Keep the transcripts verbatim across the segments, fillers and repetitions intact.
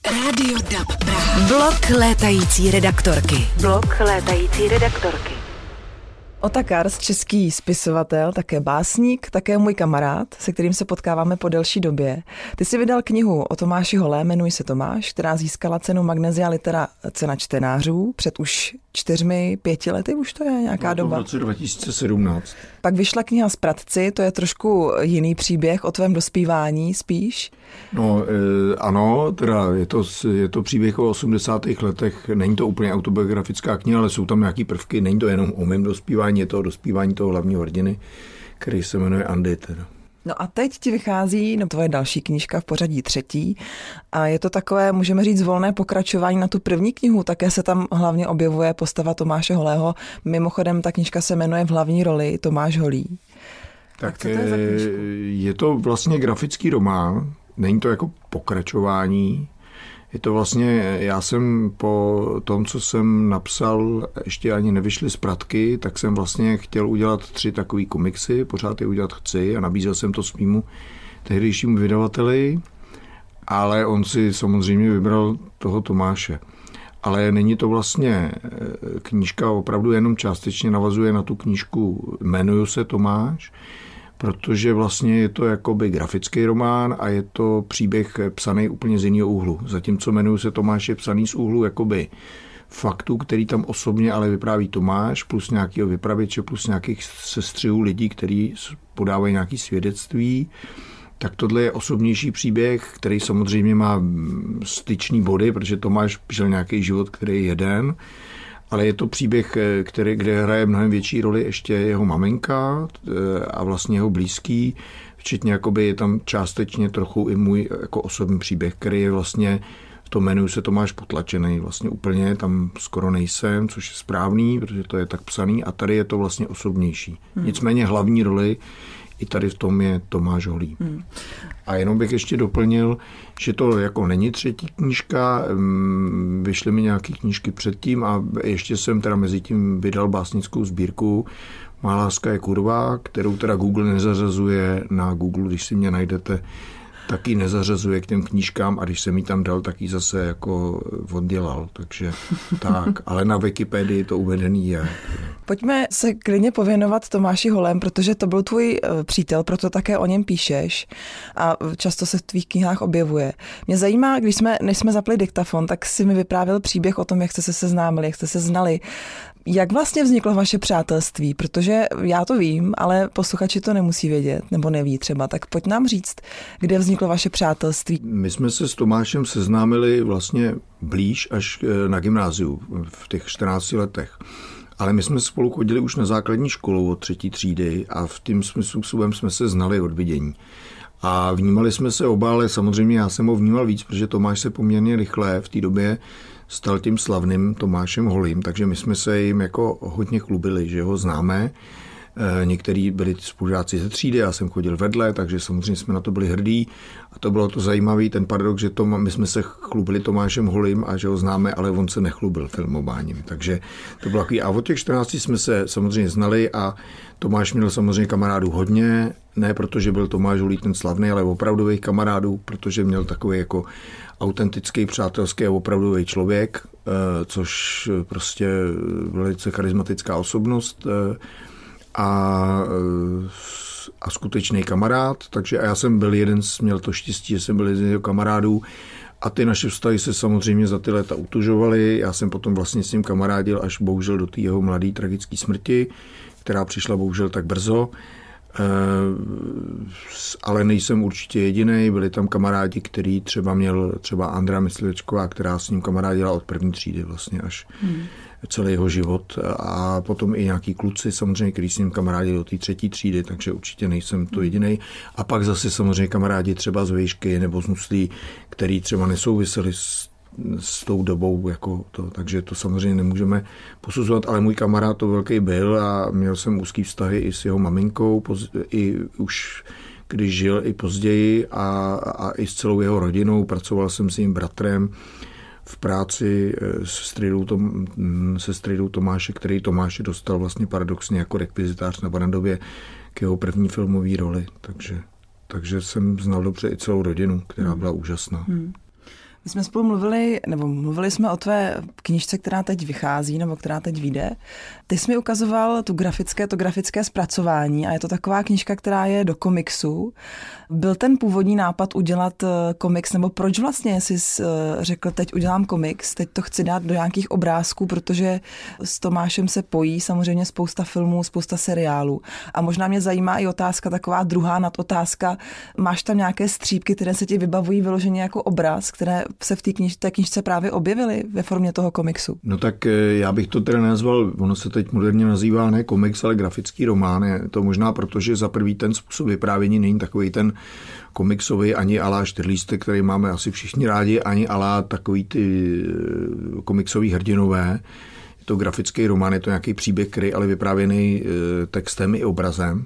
Rádio D A B Praha. Blok létající redaktorky. Blok létající redaktorky. Ota Kars, český spisovatel, také básník, také můj kamarád, se kterým se potkáváme po delší době. Ty jsi vydal knihu o Tomáši Holém, jmenuji se Tomáš, která získala cenu Magnesia Litera, cena čtenářů, před už čtyřmi, pěti lety, už to je nějaká no, doba. V roce dva tisíce sedmnáct. Pak vyšla kniha Spratci, to je trošku jiný příběh o tvém dospívání spíš. No e, ano, teda je to, je to příběh o osmdesátých letech, není to úplně autobiografická kniha, ale jsou tam nějaký prvky, není to jenom o mém dospívání, je to o dospívání toho hlavního hrdiny, který se jmenuje Andy teda. No a teď ti vychází no, tvoje další knížka v pořadí třetí a je to takové, můžeme říct, volné pokračování na tu první knihu, také se tam hlavně objevuje postava Tomáše Holého. Mimochodem ta knížka se jmenuje v hlavní roli Tomáš Holý. Tak, tak co to je za knížku? Je to vlastně grafický román, není to jako pokračování. Je to vlastně, já jsem po tom, co jsem napsal, ještě ani nevyšly Spratky, tak jsem vlastně chtěl udělat tři takový komiksy, pořád je udělat chci a nabízel jsem to svýmu tehdejšímu vydavateli, ale on si samozřejmě vybral toho Tomáše. Ale není to vlastně knížka, opravdu jenom částečně navazuje na tu knížku Jmenuji se Tomáš, protože vlastně je to jakoby grafický román a je to příběh psaný úplně z jiného úhlu. Zatímco Jmenuji se Tomáš je psaný z úhlu jakoby faktů, který tam osobně ale vypráví Tomáš, plus nějakého vypravěče, plus nějakých sestřihů lidí, kteří podávají nějaké svědectví. Tak tohle je osobnější příběh, který samozřejmě má styčný body, protože Tomáš žil nějaký život, který je jeden, ale je to příběh, který, kde hraje mnohem větší roli ještě jeho maminka a vlastně jeho blízký, včetně jakoby je tam částečně trochu i můj jako osobní příběh, který je vlastně, v tom Jmenuji se Tomáš potlačený vlastně úplně, tam skoro nejsem, což je správný, protože to je tak psaný a tady je to vlastně osobnější. Hmm. Nicméně hlavní roli i tady v tom je Tomáš Holý. Hmm. A jenom bych ještě doplnil, že to jako není třetí knížka, vyšly mi nějaké knížky předtím a ještě jsem teda mezi tím vydal básnickou sbírku Má láska je kurva, kterou teda Google nezařazuje na Google, když si mě najdete, tak ji nezařazuje k těm knížkám a když jsem ji tam dal, tak ji zase jako oddělal. Takže tak, ale na Wikipedii to uvedený je. Pojďme se klidně pověnovat Tomáši Holém, protože to byl tvůj přítel, proto také o něm píšeš a často se v tvých knihách objevuje. Mě zajímá, když jsme, než jsme zapli diktafon, tak si mi vyprávěl příběh o tom, jak jste se seznámili, jak jste se znali. Jak vlastně vzniklo vaše přátelství? Protože já to vím, ale posluchači to nemusí vědět, nebo neví třeba. Tak pojď nám říct, kde vzniklo vaše přátelství. My jsme se s Tomášem seznámili vlastně blíž až na gymnáziu v těch čtrnácti letech. Ale my jsme spolu chodili už na základní školu od třetí třídy a v tím způsobem jsme se znali od vidění. A vnímali jsme se oba, ale samozřejmě já jsem ho vnímal víc, protože Tomáš se poměrně rychle v té době stal tím slavným Tomášem Holým, takže my jsme se jim jako hodně chlubili, že ho známe. E, někteří byli spolužáci ze třídy, já jsem chodil vedle, takže samozřejmě jsme na to byli hrdí. A to bylo to zajímavý, ten paradox, že to, my jsme se chlubili Tomášem Holým a že ho známe, ale on se nechlubil filmováním. Takže to bylo takový. A od těch čtrnácti jsme se samozřejmě znali a Tomáš měl samozřejmě kamarádů hodně, ne protože byl Tomáš Holý ten slavný, ale opravdových kamarádů, protože měl takový jako autentický, přátelský a opravdový člověk, což prostě velice charismatická osobnost a, a skutečný kamarád. Takže a já jsem byl jeden, měl to štěstí, že jsem byl jeden z jeho kamarádů a ty naše vztahy se samozřejmě za ty léta utužovaly. Já jsem potom vlastně s ním kamarádil až bohužel do té jeho mladé tragické smrti, která přišla bohužel tak brzo. Ale nejsem určitě jedinej, byli tam kamarádi, který třeba měl třeba Andrea Myslivečková, která s ním kamarádila od první třídy vlastně až hmm. celý jeho život a potom i nějaký kluci samozřejmě, který s ním kamarádili do té třetí třídy, takže určitě nejsem to jedinej. A pak zase samozřejmě kamarádi třeba z výšky nebo z Nuslí, který třeba nesouviseli s s tou dobou, jako to, takže to samozřejmě nemůžeme posuzovat, ale můj kamarád to velký byl a měl jsem úzký vztahy i s jeho maminkou, i už když žil i později a, a i s celou jeho rodinou, pracoval jsem s jejím bratrem v práci se strýdou, Tom, se strýdou Tomáše, který Tomáše dostal vlastně paradoxně jako rekvizitář na Barrandově k jeho první filmové roli, takže, takže jsem znal dobře i celou rodinu, která byla úžasná. Hmm. My jsme spolu mluvili, nebo mluvili jsme o tvé knížce, která teď vychází, nebo která teď vyjde. Ty jsi mi ukazoval tu grafické, to grafické zpracování a je to taková knížka, která je do komiksu. Byl ten původní nápad udělat komiks, nebo proč vlastně jsi řekl, teď udělám komiks, teď to chci dát do nějakých obrázků, protože s Tomášem se pojí samozřejmě spousta filmů, spousta seriálů. A možná mě zajímá i otázka, taková druhá nadotázka. Máš tam nějaké střípky, které se ti vybavují vyloženě jako obraz, které se v té kniž, té knižce právě objevily ve formě toho komiksu? No tak já bych to teda nazval, ono se teď moderně nazývá ne komiks, ale grafický román. Je to možná proto, že za prvý ten způsob vyprávění není takový ten komiksový, ani alá čtyřlístek, který máme asi všichni rádi, ani alá takový ty komiksový hrdinové. Je to grafický román, je to nějaký příběh, který ale vyprávěný textem i obrazem.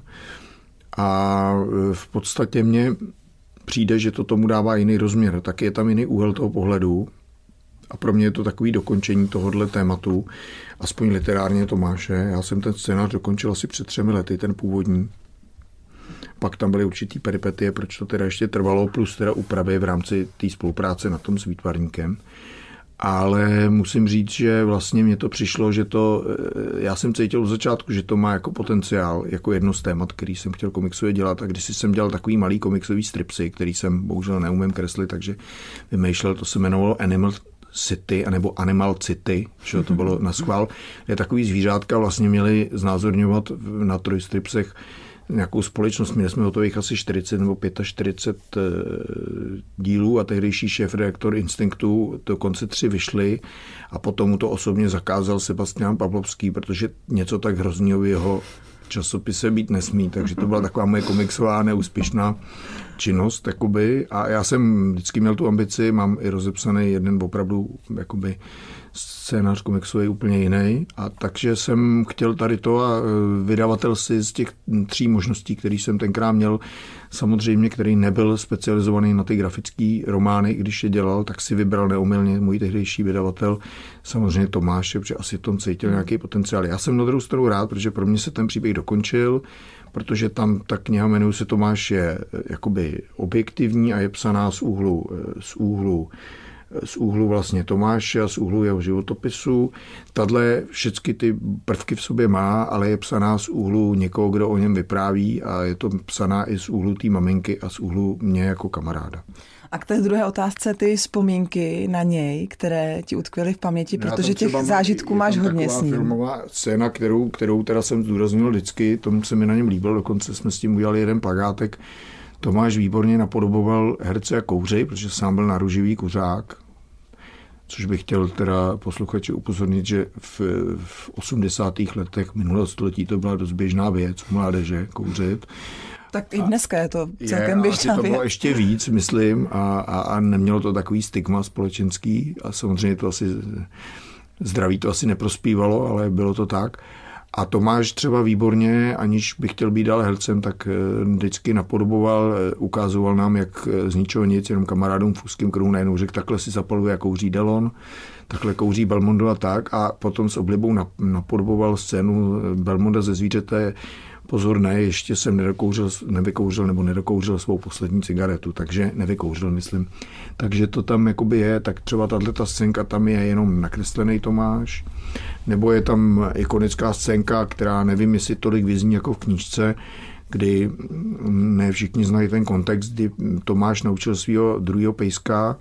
A v podstatě mně přijde, že to tomu dává jiný rozměr, tak je tam jiný úhel toho pohledu a pro mě je to takový dokončení tohohle tématu, aspoň literárně Tomáše. Já jsem ten scénář dokončil asi před třemi lety, ten původní. Pak tam byly určitý peripetie, proč to teda ještě trvalo, plus teda úpravy v rámci té spolupráce na tom s výtvarníkem. Ale musím říct, že vlastně mně to přišlo, že to, já jsem cítil od začátku, že to má jako potenciál, jako jedno z témat, který jsem chtěl komiksově dělat a když jsem dělal takový malý komiksový stripsy, který jsem bohužel neumím kreslit, takže vymýšlel, to se jmenovalo Animal City, anebo Animal City, že to bylo na schvál, kde takový zvířátka vlastně měli znázorňovat na trojstripsech nějakou společnost. Měli jsme hotových asi čtyřicet nebo čtyřicet pět dílů a tehdejší šéf-redaktor Instinktu dokonce tři vyšly a potom mu to osobně zakázal Sebastian Pavlovský, protože něco tak hroznýho v jeho časopise být nesmí, takže to byla taková moje komiksová neúspěšná činnost, jakoby, a já jsem vždycky měl tu ambici, mám i rozepsaný jeden opravdu jakoby scénář komiksový úplně jiný, a takže jsem chtěl tady to a vydavatel si z těch tří možností, který jsem tenkrát měl, samozřejmě, který nebyl specializovaný na ty grafické romány, když je dělal, tak si vybral neomylně můj tehdejší vydavatel, samozřejmě Tomáše, protože asi v tom cítil nějaký potenciál. Já jsem na druhou stranu rád, protože pro mě se ten příběh dokončil, protože tam ta kniha, jmenuje se Tomáš, je jakoby objektivní a je psaná z úhlu, z úhlu z úhlu vlastně Tomáše a z úhlu jeho životopisu. Tadle všechny ty prvky v sobě má, ale je psaná z úhlu někoho, kdo o něm vypráví, a je to psaná i z úhlu té maminky a z úhlu mě jako kamaráda. A k té druhé otázce, ty vzpomínky na něj, které ti utkvěly v paměti, Já protože těch zážitků máš hodně s ním. Filmová scéna, kterou, kterou teda jsem zdůraznil vždycky, tomu se mi na něm líbil, dokonce jsme s tím udělali jeden plakátek. Tomáš výborně napodoboval herce a kouři, protože sám byl naruživý kuřák, což bych chtěl teda posluchače upozornit, že v, v osmdesátých letech minulého století to byla dost běžná věc u mládeže kouřit. Tak i dneska je to celkem běžná věc. To bylo ještě víc, myslím, a, a, a nemělo to takový stigma společenský a samozřejmě to asi zdraví to asi neprospívalo, ale bylo to tak. A Tomáš třeba výborně, aniž bych chtěl být dále hercem, tak vždycky napodoboval, ukázoval nám, jak z ničeho nic, jenom kamarádům v úzkém kruhu najednou řekl, takhle si zapaluje a kouří Delon, takhle kouří Belmondo a tak, a potom s oblibou napodoboval scénu Belmonda ze Zvířete. Pozor, ne, ještě jsem nedokouřil, nevykouřil nebo nedokouřil svou poslední cigaretu, takže nevykouřil, myslím. Takže to tam jakoby je, tak třeba tato scénka tam je jenom nakreslený Tomáš, nebo je tam ikonická scénka, která nevím, jestli tolik vyzní jako v knížce, kdy ne všichni znají ten kontext, kdy Tomáš naučil svého druhého pejska,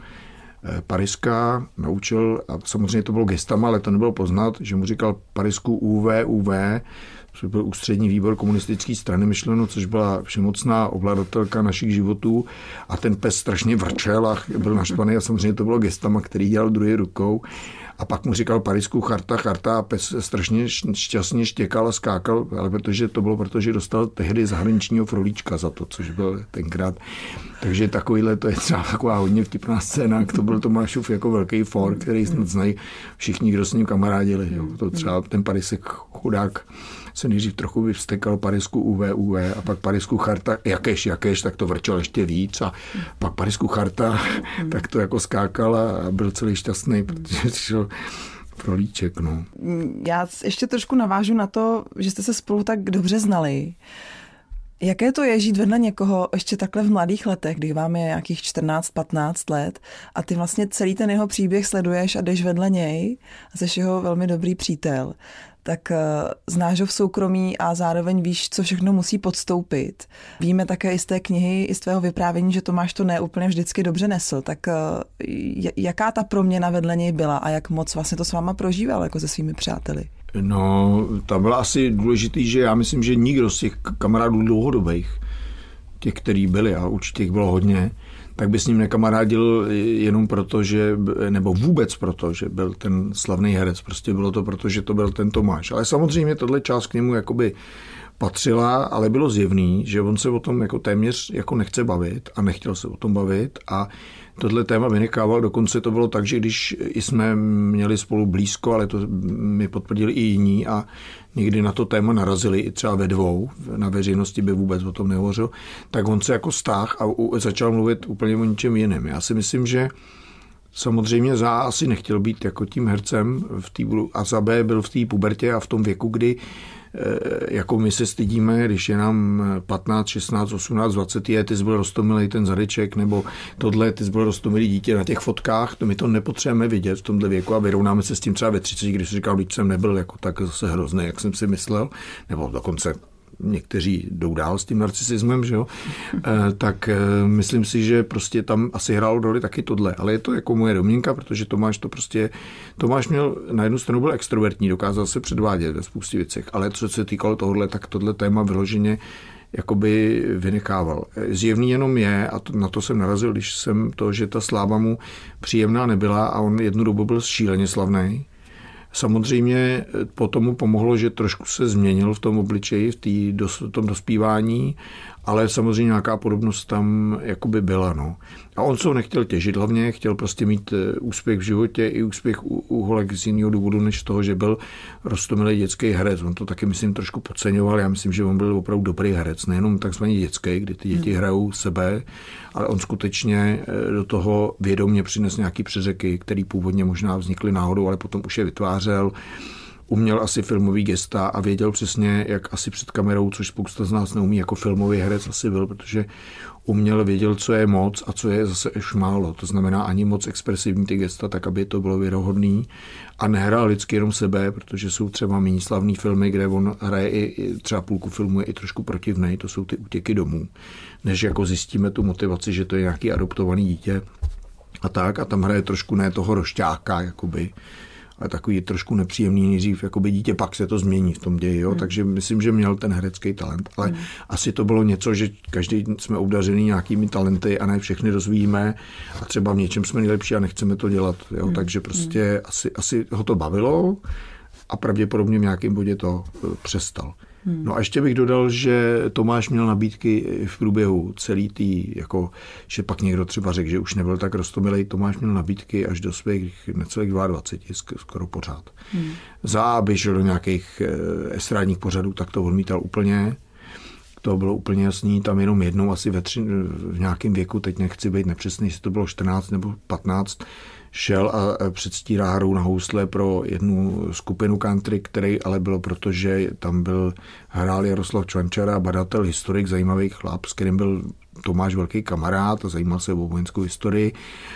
Pariska, naučil, a samozřejmě to bylo gestama, ale to nebylo poznat, že mu říkal Parisku U V, U V, což byl ústřední výbor komunistické strany myšleno, což byla všemocná ovladatelka našich životů, a ten pes strašně vrčel a byl naštvaný a samozřejmě to bylo gestama, který dělal druhou rukou. A pak mu říkal Parisku charta, charta, a pes strašně šťastně štěkal a skákal, ale protože to bylo, protože dostal tehdy zahraničního frolíčka za to, což byl tenkrát. Takže takovýhle, to je třeba taková hodně vtipná scéna, to byl Tomášův jako velký for, který snad znají všichni, kdo s ním kamarádili. Jo. To třeba ten Parisek chudák se nejdřív trochu vyvstekal Parisku U V, U V a pak Parisku charta, jakéž, jakéž, tak to vrčel ještě víc, a pak Parisku charta, tak to jako skákal a byl celý šťastný, protože šel frolíček. No. Já ještě trošku navážu na to, že jste se spolu tak dobře znali. Jaké to je žít vedle někoho ještě takhle v mladých letech, kdy vám je nějakých čtrnáct patnáct let a ty vlastně celý ten jeho příběh sleduješ a jdeš vedle něj a jsi jeho velmi dobrý přítel, tak uh, znáš ho v soukromí a zároveň víš, co všechno musí podstoupit. Víme také i z té knihy, i z tvého vyprávění, že Tomáš to ne úplně vždycky dobře nesl. Tak uh, jaká ta proměna vedle něj byla a jak moc vlastně to s váma prožíval jako se svými přáteli? No, tam bylo asi důležitý, že já myslím, že nikdo z těch kamarádů dlouhodobých, těch, který byli, a určitě jich bylo hodně, tak by s ním nekamarádil jenom proto, že, nebo vůbec proto, že byl ten slavný herec. Prostě bylo to proto, že to byl ten Tomáš. Ale samozřejmě tohle část k němu jakoby patřila, ale bylo zjevný, že on se o tom jako téměř jako nechce bavit a nechtěl se o tom bavit a tohle téma vynechával. Dokonce to bylo tak, že když jsme měli spolu blízko, ale to mi potvrdili i jiní a někdy na to téma narazili i třeba ve dvou, na veřejnosti by vůbec o tom nehovořil, tak on se jako stáhl a začal mluvit úplně o ničem jiném. Já si myslím, že samozřejmě za A asi nechtěl být jako tím hercem v té a za B byl v té pubertě a v tom věku, kdy jako my se stydíme, když je nám patnáct, šestnáct, osmnáct, dvacet je, ty jsi byl roztomilej ten zadeček, nebo tohle, ty jsi byl roztomilý dítě na těch fotkách, to my to nepotřebujeme vidět v tomhle věku a vyrovnáme se s tím třeba ve třiceti, když jsi říkal, když jsem nebyl jako tak zase hrozný, jak jsem si myslel, nebo dokonce někteří jdou dál s tím narcisismem, že jo, e, tak e, myslím si, že prostě tam asi hrálo roli taky tohle, ale je to jako moje domněnka, protože Tomáš to prostě, Tomáš měl, na jednu stranu byl extrovertní, dokázal se předvádět ve spoustě věcech, ale co se týkalo tohohle, tak tohle téma vyloženě jakoby vynechával. Zjevný jenom je, a to, na to jsem narazil, když jsem to, že ta sláva mu příjemná nebyla a on jednu dobu byl šíleně slavný. Samozřejmě potom mu pomohlo, že trošku se změnil v tom obličeji, v tý dos, tom dospívání, ale samozřejmě nějaká podobnost tam jakoby byla. No. A on se ho nechtěl těžit, hlavně chtěl prostě mít úspěch v životě i úspěch u, u holek z jiného důvodu, než toho, že byl roztomilý dětský herec. On to taky, myslím, trošku podceňoval. Já myslím, že on byl opravdu dobrý herec, nejenom takzvaný dětský, kdy ty děti hrajou sebe, ale on skutečně do toho vědomě přines nějaký přeřeky, které původně možná vznikly náhodou, ale potom už je vytvářel. Uměl asi filmový gesta a věděl přesně, jak asi před kamerou, což spousta z nás neumí, jako filmový herec asi byl, protože uměl, věděl, co je moc a co je zase už málo. To znamená ani moc expresivní ty gesta, tak aby to bylo věrohodný a nehrál vždycky jenom sebe, protože jsou třeba méně slavný filmy, kde on hraje i třeba půlku filmu je i trošku protivnej, to jsou ty útěky domů, než jako zjistíme tu motivaci, že to je nějaký adoptovaný dítě a tak a tam hraje trošku ne toho rošťáka, jakoby, ale takový trošku nepříjemný nejdřív, jakoby dítě, pak se to změní v tom ději, jo? Hmm. Takže myslím, že měl ten herecký talent, ale hmm. asi to bylo něco, že každý jsme obdařený nějakými talenty a ne všechny rozvíjíme a třeba v něčem jsme nejlepší a nechceme to dělat, jo? Hmm. Takže prostě hmm. asi, asi ho to bavilo a pravděpodobně v nějakém bodě to přestal. Hmm. No a ještě bych dodal, že Tomáš měl nabídky v průběhu celý tý, jako, že pak někdo třeba řekl, že už nebyl tak roztomilej, Tomáš měl nabídky až do svých necelých dvacet dva, skoro pořád. Hmm. Za aby šel do nějakých estrádních pořadů, tak to odmítal úplně. To bylo úplně jasný, tam jenom jednou asi ve tři, v nějakém věku, teď nechci být nepřesný, jestli to bylo čtrnáct nebo patnáct, šel a předstírá hrou na housle pro jednu skupinu country, který ale bylo proto, že tam byl hrál Jaroslav Čvančara, badatel, historik, zajímavý chlap, s kterým byl Tomáš velký kamarád a zajímal se o vojenskou historii.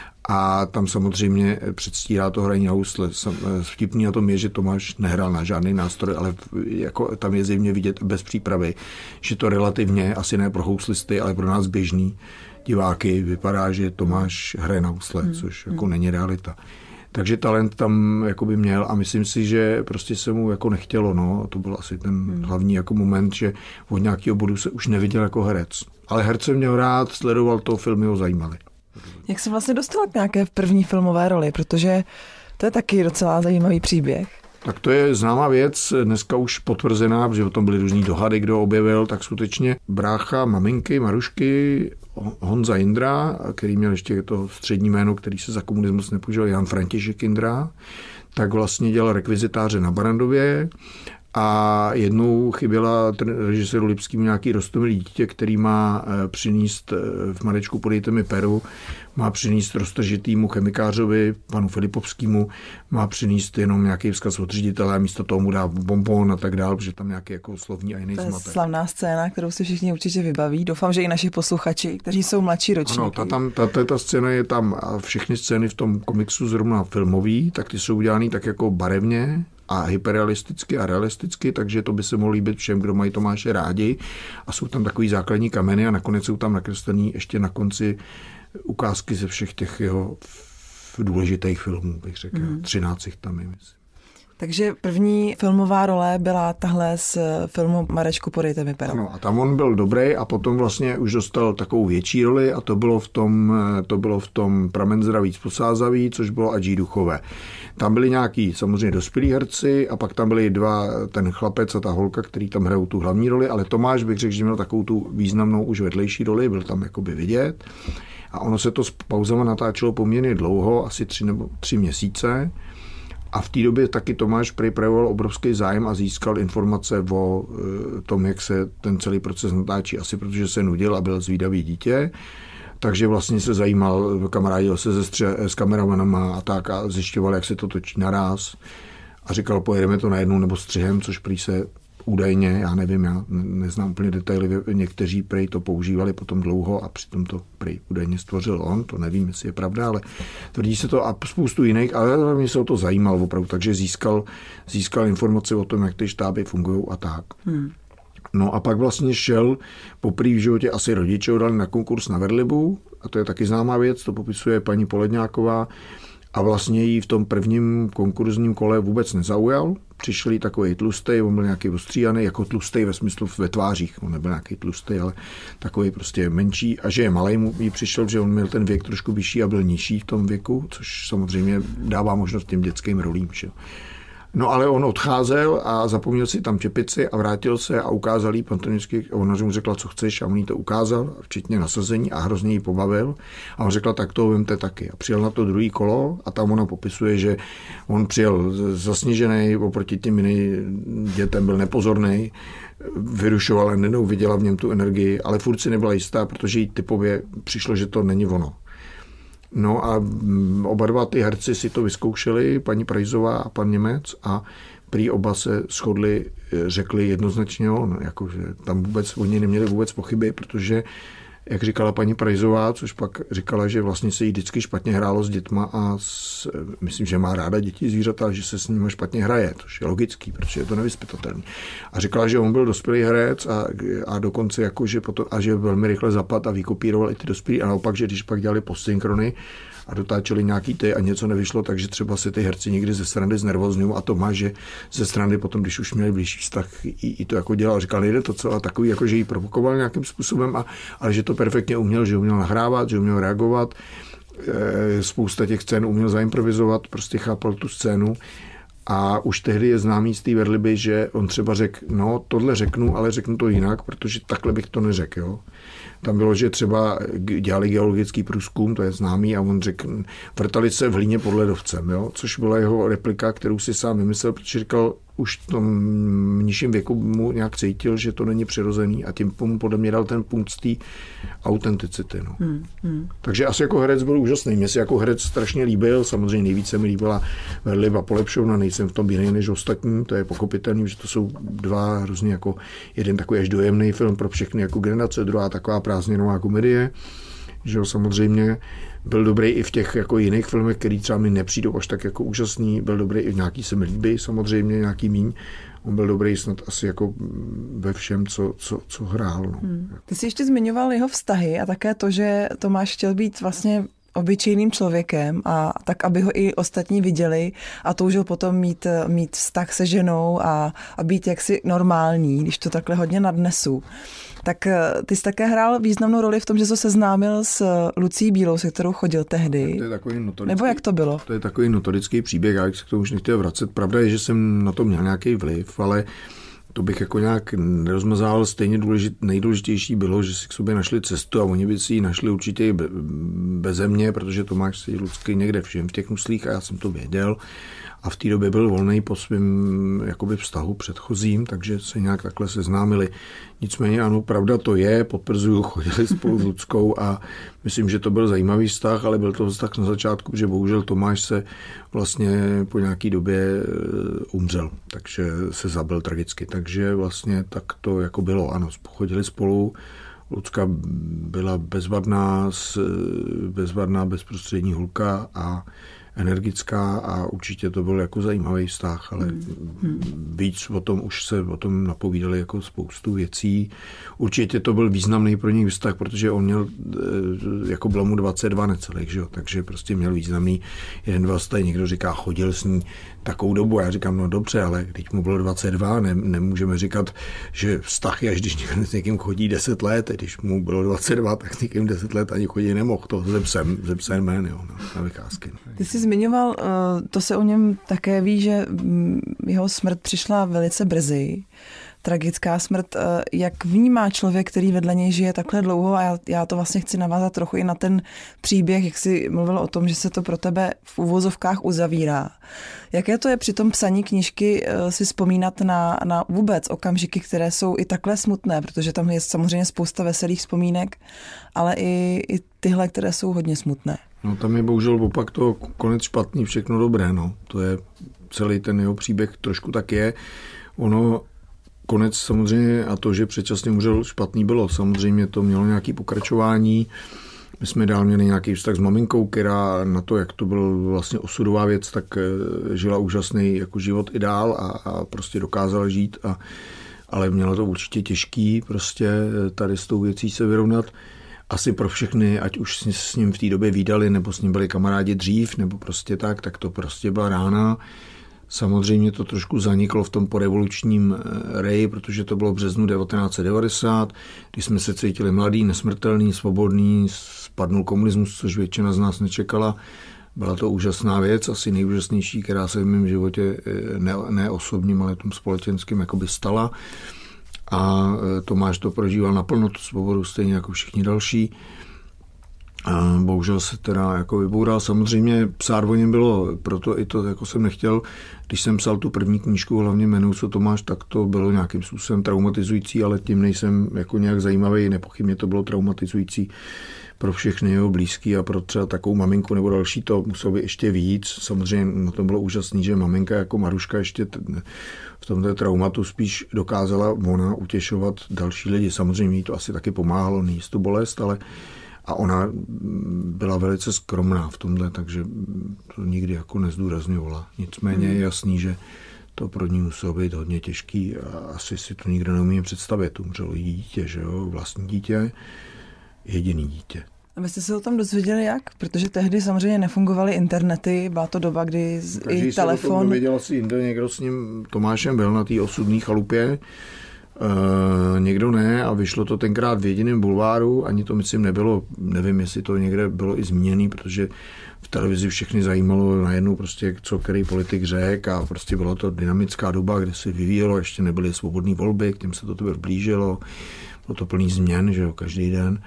A tam samozřejmě předstírá to hraní na housle. Vtipný na tom je, že Tomáš nehrál na žádný nástroj, ale jako tam je zjevně vidět bez přípravy, že to relativně, asi ne pro houslisty, ale pro nás běžný diváky vypadá, že Tomáš hraje na housle, hmm. což jako hmm. není realita. Takže talent tam jakoby měl a myslím si, že prostě se mu jako nechtělo, no, a to byl asi ten hmm. hlavní jako moment, že od nějakého bodu se už neviděl jako herec. Ale herce měl rád, sledoval to, filmy ho zajímaly. Jak se vlastně dostala k nějaké první filmové roli, protože to je taky docela zajímavý příběh. Tak to je známá věc, dneska už potvrzená, protože o tom byly různý dohady, kdo objevil, tak skutečně brácha maminky Marušky Honza Jindra, který měl ještě to střední jméno, který se za komunismus nepoužíval, Jan František Jindra, tak vlastně dělal rekvizitáře na Barrandově A jednou chyběla režiséru Lipskému nějaký roztomilý dítě, který má přinést v Marečku podejte mi peru, má přinést roztržitýmu chemikářovi, panu Filipovskému, má přinést jenom nějaký vzkaz od ředitele a místo toho mu dá bonbon a tak dál, protože tam nějaký jako slovní a jiný zmatek. To je slavná scéna, kterou si všichni určitě vybaví. Doufám, že i naši posluchači, kteří jsou mladší ročníky. Ano, ta, tam, ta, ta, ta scéna je tam a všechny scény v tom komiksu zrovna filmový, tak ty jsou udělaný tak jako barevně a hyperrealisticky a realisticky, takže to by se mohlo líbit všem, kdo mají Tomáše rádi. A jsou tam takový základní kameny a nakonec jsou tam nakreslený ještě na konci ukázky ze všech těch jeho důležitých filmů, bych řekl. Mm. třináct tam je, myslím. Takže první filmová role byla tahle z filmu Marečku, podejte mi pero. Ano, a tam on byl dobrý a potom vlastně už dostal takovou větší roli a to bylo v tom, to bylo v tom Pramen zdraví z Posázaví, což bylo Adží Duchové. Tam byli nějaký samozřejmě dospělí herci a pak tam byli dva, ten chlapec a ta holka, který tam hrajou tu hlavní roli, ale Tomáš bych řekl, že měl takovou tu významnou už vedlejší roli, byl tam jakoby vidět. A ono se to s pauzama natáčelo poměrně dlouho, asi tři nebo tři měsíce. A v té době taky Tomáš projevoval obrovský zájem a získal informace o tom, jak se ten celý proces natáčí, asi protože se nudil a byl zvídavý dítě. Takže vlastně se zajímal, kamarádil se se stře- s kameramanama a tak a zjišťoval, jak se to točí naráz. A říkal, pojedeme to najednou nebo střihem, což prý se údajně, já nevím, já neznám úplně detaily, někteří prej to používali potom dlouho a přitom to prej údajně stvořil on, to nevím, jestli je pravda, ale tvrdí se to a spoustu jiných, ale mě se o to zajímal opravdu, takže získal, získal informace o tom, jak ty štáby fungují a tak. Hmm. No a pak vlastně šel poprvé v životě asi rodiče ho dali na konkurs na Verlibu a to je taky známá věc, to popisuje paní Poledňáková a vlastně jí v tom prvním konkurzním kole vůbec nezaujal. Přišel jí takový tlustej, on byl nějaký ostříhaný, jako tlustej ve smyslu ve tvářích, on nebyl nějaký tlustej, ale takový prostě menší a že je malej, mu jí přišel, že on měl ten věk trošku vyšší a byl nižší v tom věku, což samozřejmě dává možnost těm dětským rolím. Že? No ale on odcházel a zapomněl si tam čepici a vrátil se a ukázal jí pan Tonický, ona mu řekla, co chceš a on jí to ukázal, včetně nasazení a hrozně jí pobavil a on řekla, tak to vemte taky. A přijel na to druhý kolo a tam ona popisuje, že on přijel zasněžený, oproti těm jiným dětem byl nepozorný, vyrušoval a nenou viděla v něm tu energii, ale furt si nebyla jistá, protože jí typově přišlo, že to není ono. No a oba dva ty herci si to vyzkoušeli, paní Prajzová a pan Němec a prý oba se shodli, řekli jednoznačně on, jakože tam vůbec, oni neměli vůbec pochyby, protože jak říkala paní Prajzová, což pak říkala, že vlastně se jí vždycky špatně hrálo s dětma a s, myslím, že má ráda děti zvířata, že se s nimi špatně hraje, což je logický, protože je to nevyzpytatelný. A říkala, že on byl dospělý herec a, a dokonce jako, že potom, a že velmi rychle zapad a vykopíroval i ty dospělí a naopak, že když pak dělali postsynchrony a dotáčeli nějaký ty a něco nevyšlo, takže třeba si ty herci někdy ze strany znervozňují a to má, že ze strany potom, když už měli blížší vztah, i, i to jako dělal. Říkal, nejde to co, a takový, jako, že jí provokoval nějakým způsobem, a, ale že to perfektně uměl, že uměl nahrávat, že uměl reagovat. E, spousta těch scén uměl zaimprovizovat, prostě chápal tu scénu. A už tehdy je známý z té Verliby, že on třeba řekl, no tohle řeknu, ale řeknu to jinak, protože takhle bych to neřekl. Jo. Tam bylo, že třeba dělali geologický průzkum, to je známý, a on řekl, vrtali se v hlíně pod ledovcem, jo, což byla jeho replika, kterou si sám vymyslel, protože říkal, už v tom nižším věku mu nějak cítil, že to není přirozený a tím mu podle mě dal ten punkt z té autenticity. No. Hmm, hmm. Takže asi jako herec byl úžasný. Mně se jako herec strašně líbil, samozřejmě nejvíce mi líbila Verliba Polepšovna, nejsem v tom jiný než ostatní, to je pochopitelný, že to jsou dva hrozně jako jeden takový až dojemný film pro všechny jako generace, druhá taková prázdninová komedie, že jo, samozřejmě byl dobrý i v těch jako jiných filmech, který třeba mi nepřijdou až tak jako úžasný, byl dobrý i v nějaký se mi líbí, samozřejmě nějaký míň. On byl dobrý snad asi jako ve všem, co, co, co hrál. No. Hmm. Ty jsi ještě zmiňoval jeho vztahy a také to, že Tomáš chtěl být vlastně obyčejným člověkem a tak, aby ho i ostatní viděli a toužil potom mít, mít vztah se ženou a, a být jaksi normální, když to takhle hodně nadnesu. Tak ty jsi také hrál významnou roli v tom, že jsi se seznámil s Lucí Bílou, se kterou chodil tehdy. To je takový notorický, nebo jak to bylo? To je takový notorický příběh, já se k tomu už nechtěl vracet. Pravda je, že jsem na to měl nějaký vliv, ale to bych jako nějak nerozmazával. Stejně důležit, nejdůležitější bylo, že si k sobě našli cestu a oni by si ji našli určitě i beze mě, protože Tomáš si Lucky někde všem v těch muslích a já jsem to věděl. a v té době byl volný po svém jakoby vztahu předchozím, takže se nějak takhle seznámili. Nicméně ano, pravda to je, potvrzuju, chodili spolu s Luckou a myslím, že to byl zajímavý vztah, ale byl to vztah na začátku, že bohužel Tomáš se vlastně po nějaký době umřel, takže se zabil tragicky, takže vlastně tak to jako bylo, ano, chodili spolu. Lucka byla bezvadná, bezvadná bezprostřední holka a energická a určitě to byl jako zajímavý vztah, ale hmm. víc o tom už se o tom napovídali jako spoustu věcí. Určitě to byl významný pro něj vztah, protože on měl, jako bylo mu dvacet dva necelých, že jo? Takže prostě měl významný jeden, dva vztahy. Někdo říká, chodil s ní takovou dobu. Já říkám, no dobře, ale když mu bylo dvacet dva, ne, nemůžeme říkat, že vztah je, až když někdo s někým chodí deset let, když mu bylo dvacet dva, tak s někým deset let ani chodit nemohl. To ze psem, ze psem jmén, jo, na vycházky. Ty jsi zmiňoval, to se o něm také ví, že jeho smrt přišla velice brzy. Tragická smrt. Jak vnímá člověk, který vedle něj žije takhle dlouho, a já, já to vlastně chci navázat trochu i na ten příběh, jak jsi mluvil o tom, že se to pro tebe v uvozovkách uzavírá. Jaké to je při tom psaní knížky si vzpomínat na, na vůbec okamžiky, které jsou i takhle smutné, protože tam je samozřejmě spousta veselých vzpomínek, ale i, i tyhle, které jsou hodně smutné. No tam je bohužel opak toho konec špatný, všechno dobré, no. To je celý ten jeho příběh trošku tak je. Ono konec samozřejmě a to, že předčasně umřel, špatný bylo. Samozřejmě to mělo nějaké pokračování. My jsme dál měli nějaký vztah s maminkou, která na to, jak to byl vlastně osudová věc, tak žila úžasný jako život i dál a, a prostě dokázala žít. A, ale mělo to určitě těžký prostě tady s tou věcí se vyrovnat. Asi pro všechny, ať už s ním v té době vídali, nebo s ním byli kamarádi dřív, nebo prostě tak, tak to prostě byla rána. Samozřejmě to trošku zaniklo v tom porevolučním reji, protože to bylo v březnu devatenáct set devadesát, když jsme se cítili mladý, nesmrtelný, svobodný, spadnul komunismus, což většina z nás nečekala. Byla to úžasná věc, asi nejúžasnější, která se v mém životě ne, ne osobním, ale tom společenským jakoby stala. A Tomáš to prožíval naplno, tu svobodu, stejně jako všichni další. A bohužel se teda jako vyboural. Samozřejmě psát o něm bylo, proto i to jako jsem nechtěl. Když jsem psal tu první knížku, hlavně Jmenuji se Tomáš, tak to bylo nějakým způsobem traumatizující, ale tím nejsem jako nějak zajímavý. Nepochybně to bylo traumatizující pro všechny jeho blízký a pro třeba takovou maminku nebo další to muselo být ještě víc. Samozřejmě na to bylo úžasný, že maminka jako Maruška ještě v tomto traumatu spíš dokázala ona utěšovat další lidi. Samozřejmě jí to asi taky pomáhalo níst tu bolest, ale a ona byla velice skromná v tomhle, takže to nikdy jako nezdůrazňovala. Nicméně je jasný, že to pro ní muselo být hodně těžký a asi si to nikdo neumí představit. Umřelo jí dítě, že jo, vlastní dítě, jediný dítě. A vy jste se o tom dozvěděli jak? Protože tehdy samozřejmě nefungovaly internety, byla to doba, kdy i telefon... Takže se o tom dověděl asi jinde, někdo s ním Tomášem byl na té osudné chalupě, Uh, někdo ne a vyšlo to tenkrát v jediném bulváru, ani to myslím nebylo, nevím, jestli to někde bylo i zmíněný, protože v televizi všechny zajímalo najednou prostě, co který politik řekl a prostě byla to dynamická doba, kde se vyvíjelo, ještě nebyly svobodné volby, k těm se to tebe blížilo, bylo to plný změn, že jo, každý den.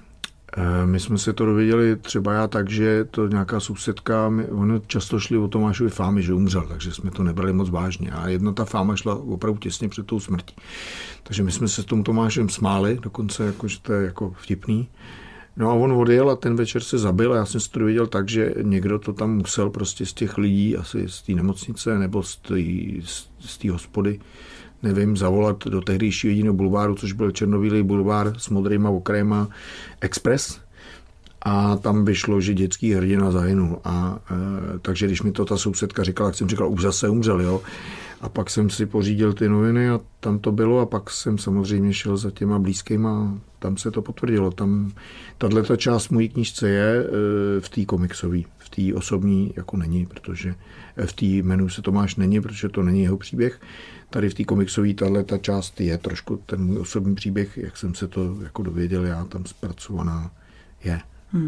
My jsme se to dověděli třeba já tak, že to nějaká sousedka, ono často šli o Tomášovi fámy, že umřel, takže jsme to nebrali moc vážně. A jedna ta fáma šla opravdu těsně před tou smrtí. Takže my jsme se s tom Tomášem smáli, dokonce jako, že to je jako vtipný. No a on odjel a ten večer se zabil a já jsem se to dověděl tak, že někdo to tam musel prostě z těch lidí, asi z té nemocnice nebo z té hospody, nevím, zavolat do tehdejšího jediného bulváru, což byl černobílý bulvár s modrýma okrajema Express. A tam vyšlo, že dětský hrdina zahynul. A e, takže když mi to ta sousedka říkala, tak jsem říkal, už zase umřel, jo. A pak jsem si pořídil ty noviny a tam to bylo a pak jsem samozřejmě šel za těma blízkýma a tam se to potvrdilo. Tam tato část mojí knížce je e, v té komiksové, v té osobní jako není, protože v té Jmenuji se Tomáš není, protože to není jeho příběh. Tady v té komiksové tato část je trošku ten můj osobní příběh, jak jsem se to jako dověděl já, tam zpracovaná je. Hmm.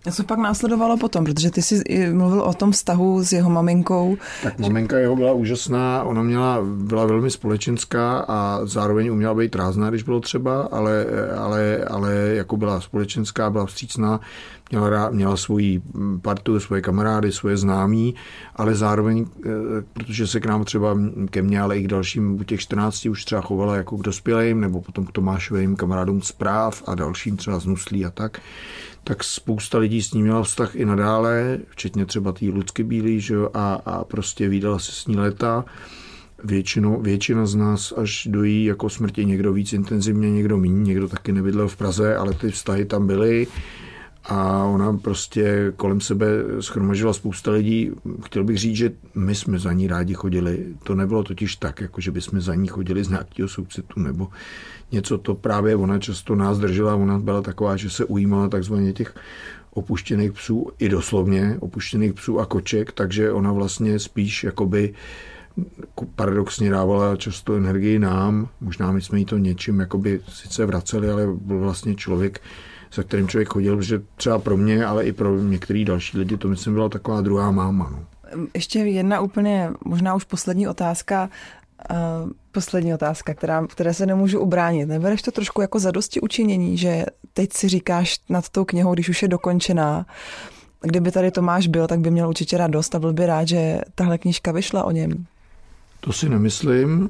A co pak následovalo potom, protože ty jsi mluvil o tom vztahu s jeho maminkou. Tak maminka jeho byla úžasná, ona měla, byla velmi společenská a zároveň uměla být rázná, když bylo třeba, ale, ale, ale jako byla společenská, byla vstřícná, měla, měla svoji partu, svoje kamarády, svoje známí, ale zároveň, protože se k nám třeba ke mně, ale i k dalším u těch čtrnácti už třeba chovala jako k dospělým, nebo potom k Tomášovým kamarádům zpráv a dalším třeba z Nuslí a tak, tak spousta lidí s ní měla vztah i nadále, včetně třeba té Lucky Bílý, že jo, a, a prostě vídala se s ní léta. Většinou, většina z nás až do jí jako smrti, někdo víc intenzivně, někdo míň, někdo taky nebydlel v Praze, ale ty vztahy tam byly a ona prostě kolem sebe shromažila spousta lidí. Chtěl bych říct, že my jsme za ní rádi chodili. To nebylo totiž tak, jako že bychom za ní chodili z nějakého soucitu nebo něco, to právě ona často nás držela. Ona byla taková, že se ujímala takzvaně těch opuštěných psů, i doslovně opuštěných psů a koček, takže ona vlastně spíš jakoby paradoxně dávala často energii nám. Možná my jsme jí to něčím jakoby sice vraceli, ale byl vlastně člověk, za kterým člověk chodil, protože třeba pro mě, ale i pro některý další lidi, to myslím byla taková druhá máma. No. Ještě jedna úplně, možná už poslední otázka, uh, poslední otázka, která, které se nemůžu ubránit. Nebereš to trošku jako zadosti učinění, že teď si říkáš nad tou knihou, když už je dokončená, kdyby tady Tomáš byl, tak by měl určitě radost a byl by rád, že tahle knížka vyšla o něm. To si nemyslím,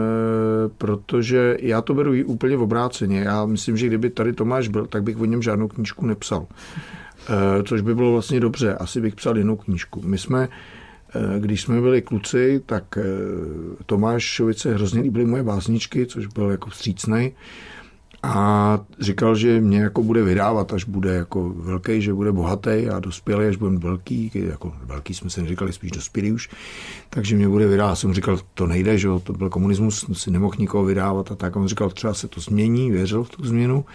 protože já to beru úplně v obráceně. Já myslím, že kdyby tady Tomáš byl, tak bych o něm žádnou knížku nepsal. Což by bylo vlastně dobře. Asi bych psal jinou knížku. My jsme, když jsme byli kluci, tak Tomášovi se hrozně líbily moje básničky, což byl jako vstřícnej. A říkal, že mě jako bude vydávat, až bude jako velký, že bude bohatý a dospělý, až budeme velký. Jako velký jsme se neříkali, spíš dospělý už. Takže mě bude vydávat. Jsem říkal, to nejde, že to byl komunismus, si nemohl nikoho vydávat a tak. A on říkal, třeba se to změní, věřil v tu změnu.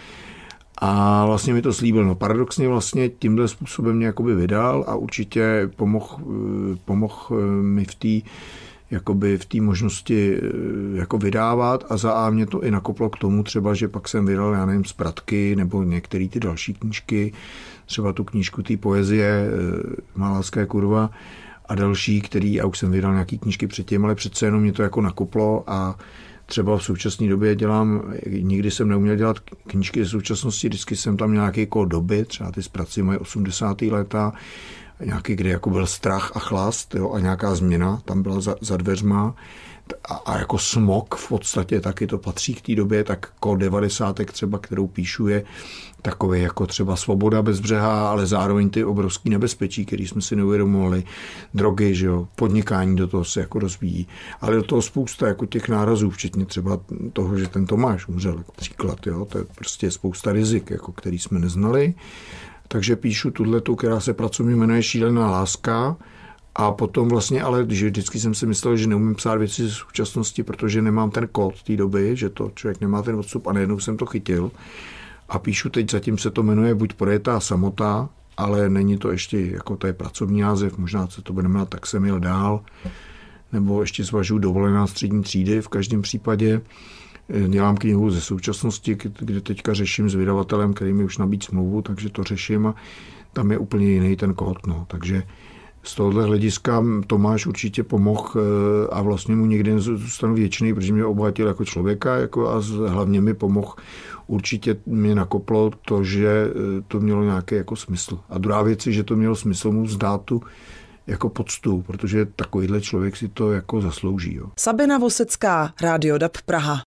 A vlastně mi to slíbil. No paradoxně vlastně tímhle způsobem mě jakoby vydal a určitě pomohl pomoh mi v té jakoby v té možnosti jako vydávat a za A mě to i nakoplo k tomu třeba, že pak jsem vydal, já nevím, Spratky nebo některé ty další knížky, třeba tu knížku té poezie Má láska je kurva a další, který, a už jsem vydal nějaký knížky předtím, ale přece jenom mě to jako nakoplo a třeba v současné době dělám, nikdy jsem neuměl dělat knížky ze současnosti, vždycky jsem tam měl nějaký kód doby, třeba ty Zpraci moje osmdesátá léta, nějaký, kde jako byl strach a chlast, jo, a nějaká změna tam byla za, za dveřma a, a jako smog v podstatě taky to patří k té době, tak kód devadesátek třeba, kterou píšu, je takový jako třeba svoboda bez břeha, ale zároveň ty obrovský nebezpečí, který jsme si neuvědomovali, drogy, že jo, podnikání do toho se jako rozvíjí, ale do toho spousta jako těch nárazů, včetně třeba toho, že ten Tomáš umřel, jako příklad, jo, to je prostě spousta rizik, jako který jsme neznali. Takže píšu tuhletu, která se pracovně jmenuje Šílená láska a potom vlastně, ale že vždycky jsem si myslel, že neumím psát věci z současnosti, protože nemám ten kód té doby, že to člověk nemá ten odstup a najednou jsem to chytil. A píšu teď, zatím se to jmenuje buď Projetá samota, ale není to ještě, jako to je pracovní název, možná se to bude jmenovat Tak jsem jel dál, nebo ještě zvažuji Dovolená střední třídy v každém případě. Dělám knihu ze současnosti, kde teďka řeším s vydavatelem, který mi už nabídl smlouvu, takže to řeším a tam je úplně jiný ten kód. No. Takže z tohohle hlediska Tomáš určitě pomohl a vlastně mu nikdy nezůstanu věčný, protože mě obohatil jako člověka jako a hlavně mi pomohl. Určitě mě nakoplo to, že to mělo nějaký jako smysl. A druhá věc je, že to mělo smysl mu vzdát tu jako poctu, protože takovýhle člověk si to jako zaslouží. Jo. Sabina Vosecká, Rádio D A B Praha.